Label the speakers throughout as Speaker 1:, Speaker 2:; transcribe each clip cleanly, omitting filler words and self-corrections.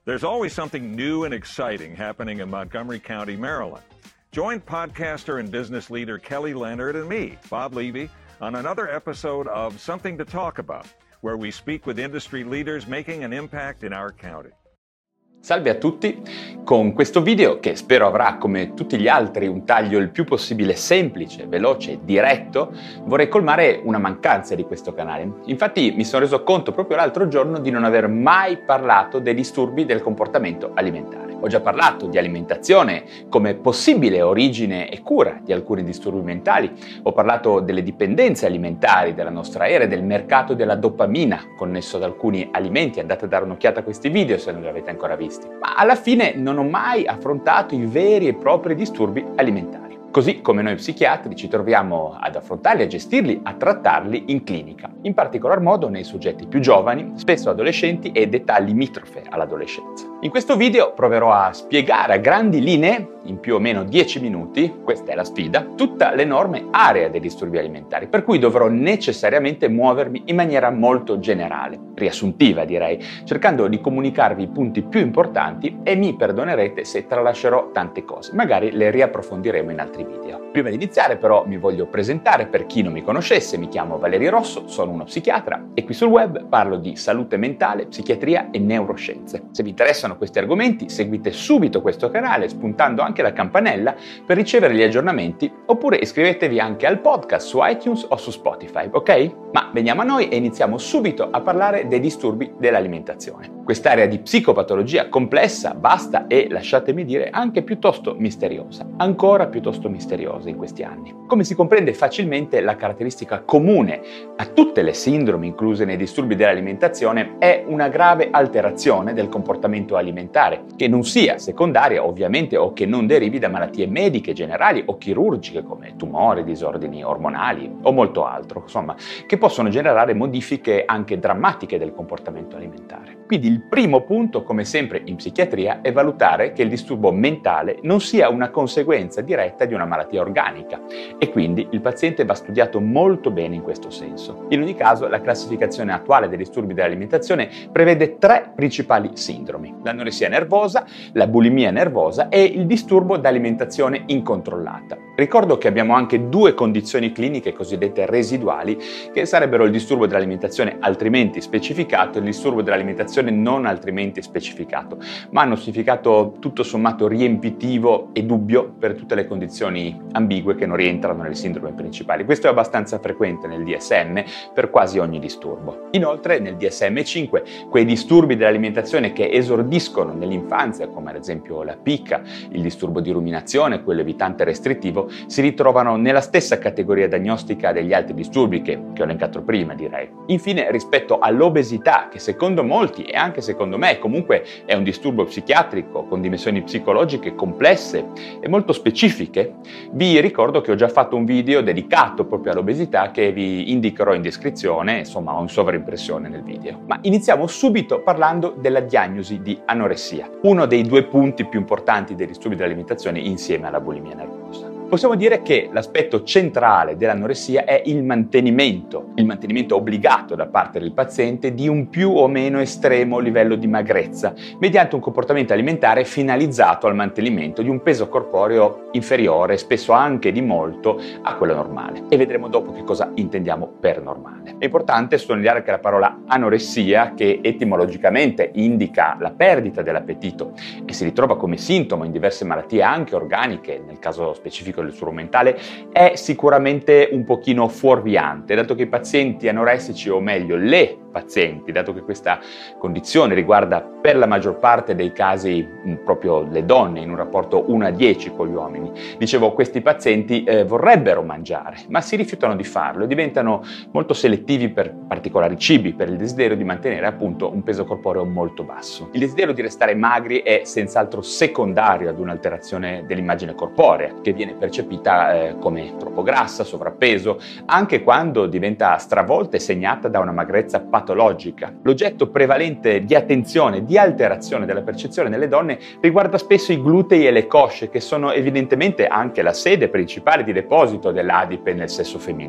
Speaker 1: There's always something new and exciting happening in Montgomery County, Maryland. Join podcaster and business leader Kelly Leonard and me, Bob Levy, on another episode of Something to Talk About, where we speak with industry leaders making an impact in our county.
Speaker 2: Salve a tutti, con questo video che spero avrà come tutti gli altri un taglio il più possibile semplice, veloce e diretto, vorrei colmare una mancanza di questo canale. Infatti mi sono reso conto proprio l'altro giorno di non aver mai parlato dei disturbi del comportamento alimentare. Ho già parlato di alimentazione come possibile origine e cura di alcuni disturbi mentali, ho parlato delle dipendenze alimentari della nostra era e del mercato della dopamina connesso ad alcuni alimenti, andate a dare un'occhiata a questi video se non li avete ancora visti. Ma alla fine non ho mai affrontato i veri e propri disturbi alimentari. Così come noi psichiatri ci troviamo ad affrontarli, a gestirli, a trattarli in clinica, in particolar modo nei soggetti più giovani, spesso adolescenti ed età limitrofe all'adolescenza. In questo video proverò a spiegare a grandi linee, in più o meno 10 minuti, questa è la sfida, tutta l'enorme area dei disturbi alimentari, per cui dovrò necessariamente muovermi in maniera molto generale, riassuntiva direi, cercando di comunicarvi i punti più importanti e mi perdonerete se tralascerò tante cose, magari le riapprofondiremo in altri video. Prima di iniziare però mi voglio presentare per chi non mi conoscesse, mi chiamo Valerio Rosso, sono uno psichiatra e qui sul web parlo di salute mentale, psichiatria e neuroscienze. Se vi interessano questi argomenti seguite subito questo canale spuntando anche la campanella per ricevere gli aggiornamenti oppure iscrivetevi anche al podcast su iTunes o su Spotify, ok? Ma veniamo a noi e iniziamo subito a parlare dei disturbi dell'alimentazione. Quest'area di psicopatologia complessa, vasta e, lasciatemi dire, anche piuttosto misteriosa, ancora piuttosto misteriosa in questi anni. Come si comprende facilmente, la caratteristica comune a tutte le sindromi incluse nei disturbi dell'alimentazione è una grave alterazione del comportamento alimentare, che non sia secondaria ovviamente o che non derivi da malattie mediche generali o chirurgiche come tumori, disordini ormonali o molto altro, insomma, che possono generare modifiche anche drammatiche del comportamento alimentare. Quindi il primo punto, come sempre in psichiatria, è valutare che il disturbo mentale non sia una conseguenza diretta di una malattia organica e quindi il paziente va studiato molto bene in questo senso. In ogni caso, la classificazione attuale dei disturbi dell'alimentazione prevede 3 principali sindromi: l'anoressia nervosa, la bulimia nervosa e il disturbo da alimentazione incontrollata. Ricordo che abbiamo anche 2 condizioni cliniche cosiddette residuali, che sarebbero il disturbo dell'alimentazione altrimenti specificato e il disturbo dell'alimentazione non altrimenti specificato, ma hanno significato tutto sommato riempitivo e dubbio per tutte le condizioni ambigue che non rientrano nelle sindrome principali. Questo è abbastanza frequente nel DSM per quasi ogni disturbo. Inoltre nel DSM-5 quei disturbi dell'alimentazione che esordiscono nell'infanzia, come ad esempio la PICA, il disturbo di ruminazione, quello evitante restrittivo, si ritrovano nella stessa categoria diagnostica degli altri disturbi che ho elencato prima, direi. Infine, rispetto all'obesità, che secondo molti e anche secondo me comunque è un disturbo psichiatrico con dimensioni psicologiche complesse e molto specifiche, vi ricordo che ho già fatto un video dedicato proprio all'obesità che vi indicherò in descrizione, insomma ho in sovraimpressione nel video. Ma iniziamo subito parlando della diagnosi di anoressia, uno dei 2 punti più importanti dei disturbi dell'alimentazione insieme alla bulimia nervosa. Possiamo dire che l'aspetto centrale dell'anoressia è il mantenimento obbligato da parte del paziente di un più o meno estremo livello di magrezza, mediante un comportamento alimentare finalizzato al mantenimento di un peso corporeo inferiore, spesso anche di molto, a quello normale. E vedremo dopo che cosa intendiamo per normale. È importante sottolineare che la parola anoressia, che etimologicamente indica la perdita dell'appetito e si ritrova come sintomo in diverse malattie anche organiche, nel caso specifico del disturbo mentale, è sicuramente un pochino fuorviante, dato che i pazienti anoressici, o meglio le pazienti, dato che questa condizione riguarda per la maggior parte dei casi proprio le donne in un rapporto 1:10 con gli uomini. Dicevo, questi pazienti vorrebbero mangiare, ma si rifiutano di farlo e diventano molto selettivi per particolari cibi, per il desiderio di mantenere appunto un peso corporeo molto basso. Il desiderio di restare magri è senz'altro secondario ad un'alterazione dell'immagine corporea, che viene percepita come troppo grassa, sovrappeso, anche quando diventa stravolta e segnata da una magrezza patologica. L'oggetto prevalente di attenzione, di alterazione della percezione nelle donne riguarda spesso i glutei e le cosce, che sono evidentemente anche la sede principale di deposito dell'adipe nel sesso femminile.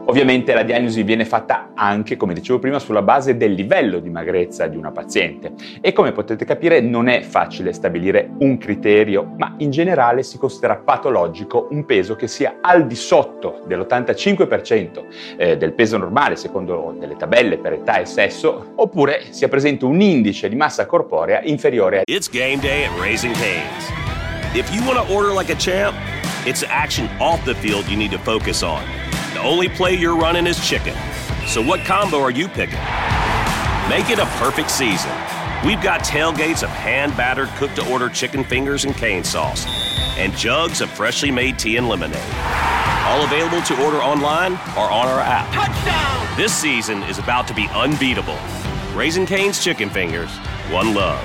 Speaker 2: Ovviamente la diagnosi viene fatta anche, come dicevo prima, sulla base del livello di magrezza di una paziente e come potete capire non è facile stabilire un criterio, ma in generale si considera patologico un peso che sia al di sotto dell'85% del peso normale secondo delle tabelle per età e sesso, oppure sia presente un indice di massa corporea inferiore a...
Speaker 3: It's game day at Raising Cane's. If you want to order like a champ, it's the action off the field you need to focus on. The only play you're running is chicken. So what combo are you picking? Make it a perfect season. We've got tailgates of hand-battered cooked-to-order chicken fingers and cane sauce, and jugs of freshly made tea and lemonade. All available to order online or on our app. Touchdown! This season is about to be unbeatable. Raising Cane's Chicken Fingers, one love.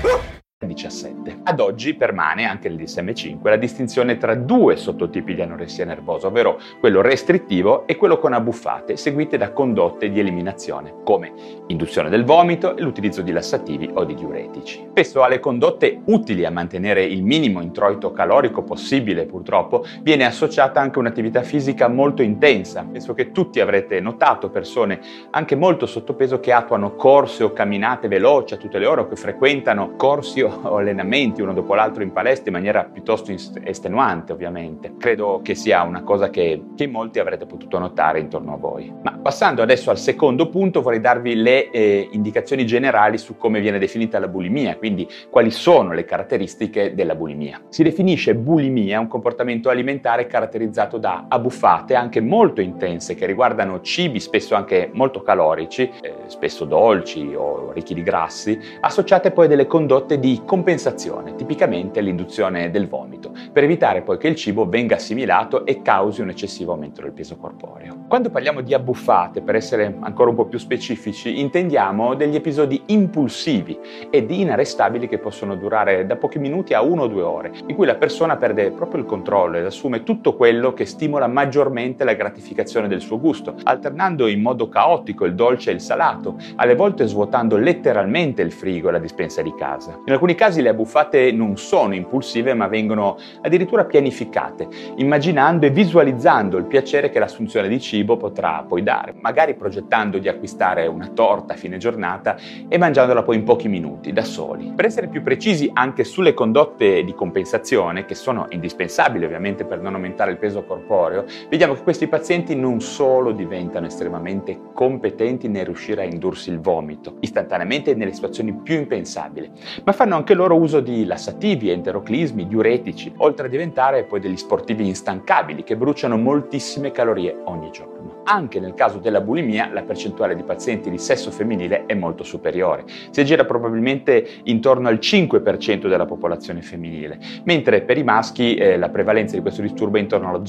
Speaker 2: 17. Ad oggi permane anche nel DSM-5 la distinzione tra due sottotipi di anoressia nervosa, ovvero quello restrittivo e quello con abbuffate, seguite da condotte di eliminazione, come induzione del vomito e l'utilizzo di lassativi o di diuretici. Spesso alle condotte utili a mantenere il minimo introito calorico possibile, purtroppo, viene associata anche un'attività fisica molto intensa. Penso che tutti avrete notato persone anche molto sottopeso che attuano corse o camminate veloci a tutte le ore o che frequentano corsi o allenamenti uno dopo l'altro in palestra in maniera piuttosto estenuante, ovviamente. Credo che sia una cosa che molti avrete potuto notare intorno a voi. Ma passando adesso al secondo punto, vorrei darvi le indicazioni generali su come viene definita la bulimia, quindi quali sono le caratteristiche della bulimia. Si definisce bulimia un comportamento alimentare caratterizzato da abbuffate anche molto intense che riguardano cibi spesso anche molto calorici, spesso dolci o ricchi di grassi, associate poi a delle condotte di compensazione, tipicamente l'induzione del vomito, per evitare poi che il cibo venga assimilato e causi un eccessivo aumento del peso corporeo. Quando parliamo di abbuffate, per essere ancora un po' più specifici, intendiamo degli episodi impulsivi ed inarrestabili che possono durare da pochi minuti a 1 o 2 ore, in cui la persona perde proprio il controllo ed assume tutto quello che stimola maggiormente la gratificazione del suo gusto, alternando in modo caotico il dolce e il salato, alle volte svuotando letteralmente il frigo e la dispensa di casa. In alcuni casi le abbuffate non sono impulsive, ma vengono addirittura pianificate, immaginando e visualizzando il piacere che l'assunzione di cibo potrà poi dare, magari progettando di acquistare una torta a fine giornata e mangiandola poi in pochi minuti, da soli. Per essere più precisi anche sulle condotte di compensazione, che sono indispensabili ovviamente per non aumentare il peso corporeo, vediamo che questi pazienti non solo diventano estremamente competenti nel riuscire a indursi il vomito, istantaneamente nelle situazioni più impensabili, ma fanno anche loro uso di lassativi, enteroclismi, diuretici, oltre a diventare poi degli sportivi instancabili che bruciano moltissime calorie ogni giorno. Anche nel caso della bulimia la percentuale di pazienti di sesso femminile è molto superiore, si aggira probabilmente intorno al 5% della popolazione femminile, mentre per i maschi la prevalenza di questo disturbo è intorno allo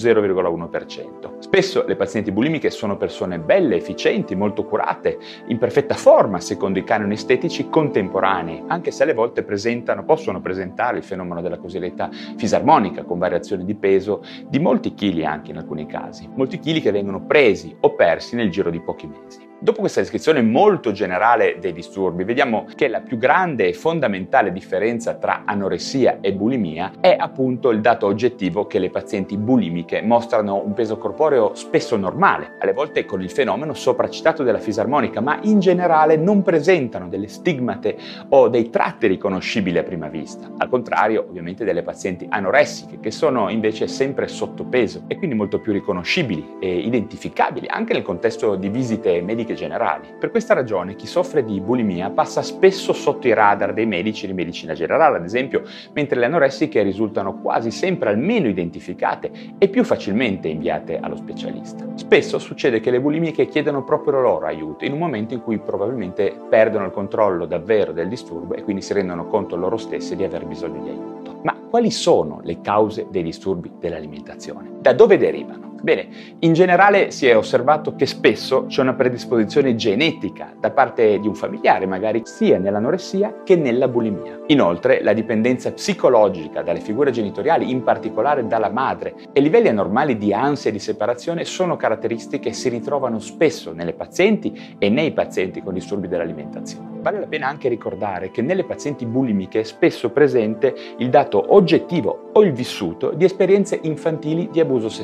Speaker 2: 0,1%. Spesso le pazienti bulimiche sono persone belle, efficienti, molto curate, in perfetta forma secondo i canoni estetici contemporanei, anche se alle volte possono presentare il fenomeno della cosiddetta fisarmonica, con variazioni di peso di molti chili anche in alcuni casi, molti chili che vengono presi o persi nel giro di pochi mesi. Dopo questa descrizione molto generale dei disturbi, vediamo che la più grande e fondamentale differenza tra anoressia e bulimia è appunto il dato oggettivo che le pazienti bulimiche mostrano un peso corporeo spesso normale, alle volte con il fenomeno sopracitato della fisarmonica, ma in generale non presentano delle stigmate o dei tratti riconoscibili a prima vista. Al contrario, ovviamente, delle pazienti anoressiche, che sono invece sempre sottopeso e quindi molto più riconoscibili e identificabili anche nel contesto di visite mediche generali. Per questa ragione chi soffre di bulimia passa spesso sotto i radar dei medici di medicina generale, ad esempio, mentre le anoressiche risultano quasi sempre almeno identificate e più facilmente inviate allo specialista. Spesso succede che le bulimiche chiedano proprio loro aiuto in un momento in cui probabilmente perdono il controllo davvero del disturbo e quindi si rendono conto loro stessi di aver bisogno di aiuto. Ma quali sono le cause dei disturbi dell'alimentazione? Da dove derivano? Bene, in generale si è osservato che spesso c'è una predisposizione genetica da parte di un familiare, magari sia nell'anoressia che nella bulimia. Inoltre, la dipendenza psicologica dalle figure genitoriali, in particolare dalla madre, e livelli anormali di ansia e di separazione sono caratteristiche che si ritrovano spesso nelle pazienti e nei pazienti con disturbi dell'alimentazione. Vale la pena anche ricordare che nelle pazienti bulimiche è spesso presente il dato oggettivo o il vissuto di esperienze infantili di abuso sessuale.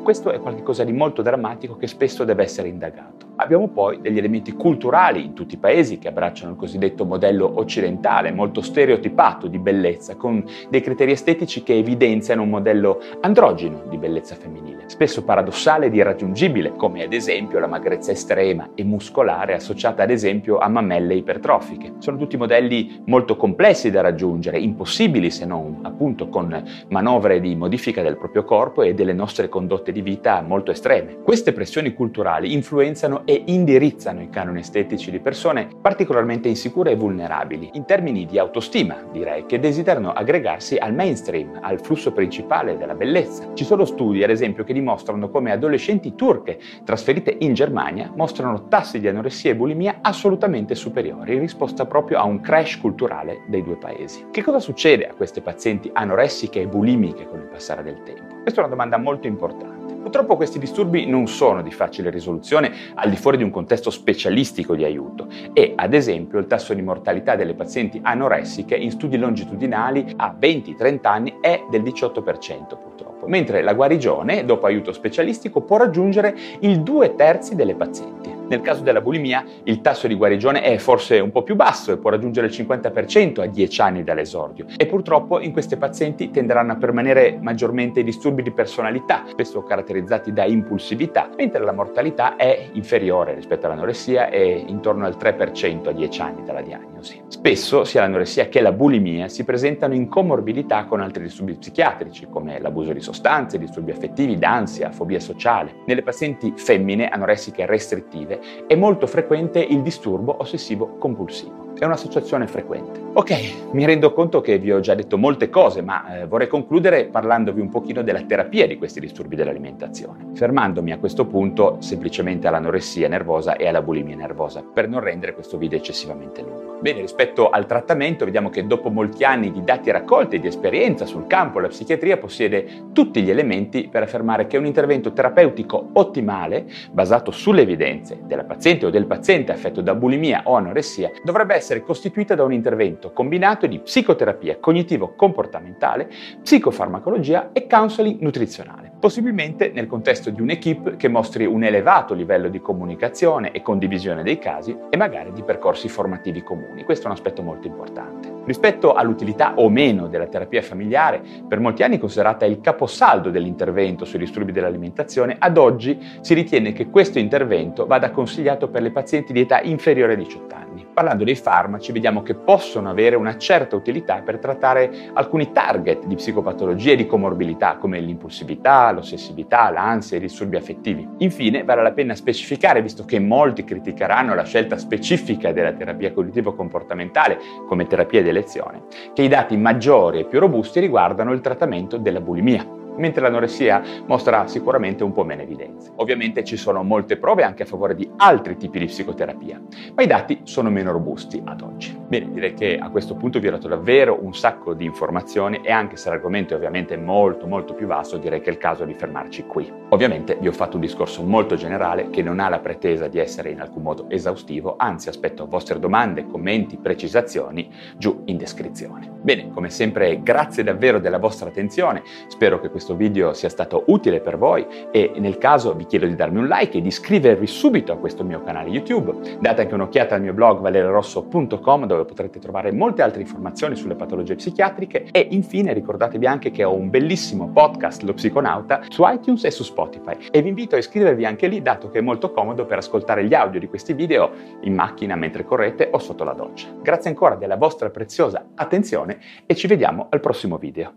Speaker 2: Questo è qualcosa di molto drammatico che spesso deve essere indagato. Abbiamo poi degli elementi culturali in tutti i paesi che abbracciano il cosiddetto modello occidentale, molto stereotipato di bellezza, con dei criteri estetici che evidenziano un modello androgino di bellezza femminile, spesso paradossale ed irraggiungibile, come ad esempio la magrezza estrema e muscolare associata ad esempio a mammelle ipertrofiche. Sono tutti modelli molto complessi da raggiungere, impossibili se non appunto con manovre di modifica del proprio corpo e delle nostre condotte di vita molto estreme. Queste pressioni culturali influenzano e indirizzano i canoni estetici di persone particolarmente insicure e vulnerabili, in termini di autostima, direi, che desiderano aggregarsi al mainstream, al flusso principale della bellezza. Ci sono studi, ad esempio, che dimostrano come adolescenti turche trasferite in Germania mostrano tassi di anoressia e bulimia assolutamente superiori in risposta proprio a un crash culturale dei due paesi. Che cosa succede a queste pazienti anoressiche e bulimiche con il passare del tempo? Questa è una domanda molto importante. Purtroppo questi disturbi non sono di facile risoluzione al di fuori di un contesto specialistico di aiuto e, ad esempio, il tasso di mortalità delle pazienti anoressiche in studi longitudinali a 20-30 anni è del 18% purtroppo, mentre la guarigione, dopo aiuto specialistico, può raggiungere il 2/3 delle pazienti. Nel caso della bulimia, il tasso di guarigione è forse un po' più basso e può raggiungere il 50% a 10 anni dall'esordio. E purtroppo in queste pazienti tenderanno a permanere maggiormente i disturbi di personalità, spesso caratterizzati da impulsività, mentre la mortalità è inferiore rispetto all'anoressia e intorno al 3% a 10 anni dalla diagnosi. Spesso sia l'anoressia che la bulimia si presentano in comorbidità con altri disturbi psichiatrici, come l'abuso di sostanze, disturbi affettivi, d'ansia, fobia sociale. Nelle pazienti femmine anoressiche restrittive è molto frequente il disturbo ossessivo-compulsivo. È un'associazione frequente. Ok, mi rendo conto che vi ho già detto molte cose, ma vorrei concludere parlandovi un pochino della terapia di questi disturbi dell'alimentazione, fermandomi a questo punto semplicemente all'anoressia nervosa e alla bulimia nervosa, per non rendere questo video eccessivamente lungo. Bene, rispetto al trattamento, vediamo che dopo molti anni di dati raccolti e di esperienza sul campo, la psichiatria possiede tutti gli elementi per affermare che un intervento terapeutico ottimale, basato sulle evidenze della paziente o del paziente affetto da bulimia o anoressia, dovrebbe essere costituita da un intervento combinato di psicoterapia cognitivo-comportamentale, psicofarmacologia e counseling nutrizionale, possibilmente nel contesto di un'equipe che mostri un elevato livello di comunicazione e condivisione dei casi e magari di percorsi formativi comuni. Questo è un aspetto molto importante. Rispetto all'utilità o meno della terapia familiare, per molti anni considerata il caposaldo dell'intervento sui disturbi dell'alimentazione, ad oggi si ritiene che questo intervento vada consigliato per le pazienti di età inferiore ai 18 anni. Parlando dei farmaci, vediamo che possono avere una certa utilità per trattare alcuni target di psicopatologie e di comorbilità come l'impulsività, l'ossessività, l'ansia e i disturbi affettivi. Infine, vale la pena specificare, visto che molti criticheranno la scelta specifica della terapia cognitivo-comportamentale come terapia di elezione, che i dati maggiori e più robusti riguardano il trattamento della bulimia, mentre l'anoressia mostra sicuramente un po' meno evidenze. Ovviamente ci sono molte prove anche a favore di altri tipi di psicoterapia, ma i dati sono meno robusti ad oggi. Bene, direi che a questo punto vi ho dato davvero un sacco di informazioni e anche se l'argomento è ovviamente molto più vasto, direi che è il caso di fermarci qui. Ovviamente vi ho fatto un discorso molto generale che non ha la pretesa di essere in alcun modo esaustivo, anzi aspetto vostre domande, commenti, precisazioni giù in descrizione. Bene, come sempre grazie davvero della vostra attenzione, spero che questo video sia stato utile per voi e nel caso vi chiedo di darmi un like e di iscrivervi subito a questo mio canale YouTube. Date anche un'occhiata al mio blog valeriorosso.com dove potrete trovare molte altre informazioni sulle patologie psichiatriche e infine ricordatevi anche che ho un bellissimo podcast, Lo Psiconauta, su iTunes e su Spotify e vi invito a iscrivervi anche lì dato che è molto comodo per ascoltare gli audio di questi video in macchina mentre correte o sotto la doccia. Grazie ancora della vostra preziosa attenzione e ci vediamo al prossimo video.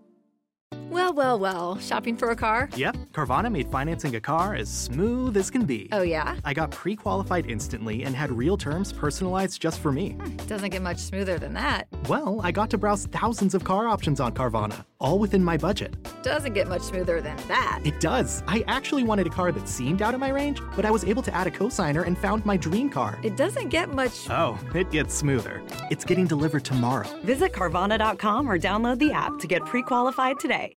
Speaker 4: Well, shopping for a car?
Speaker 5: Yep, Carvana made financing a car as smooth as can be.
Speaker 4: Oh, yeah?
Speaker 5: I got pre-qualified instantly and had real terms personalized just for me.
Speaker 4: Doesn't get much smoother than that.
Speaker 5: Well, I got to browse thousands of car options on Carvana, all within my budget.
Speaker 4: Doesn't get much smoother than that.
Speaker 5: It does. I actually wanted a car that seemed out of my range, but I was able to add a cosigner and found my dream car.
Speaker 4: It doesn't get much...
Speaker 5: Oh, it gets smoother. It's getting delivered tomorrow.
Speaker 6: Visit Carvana.com or download the app to get pre-qualified today.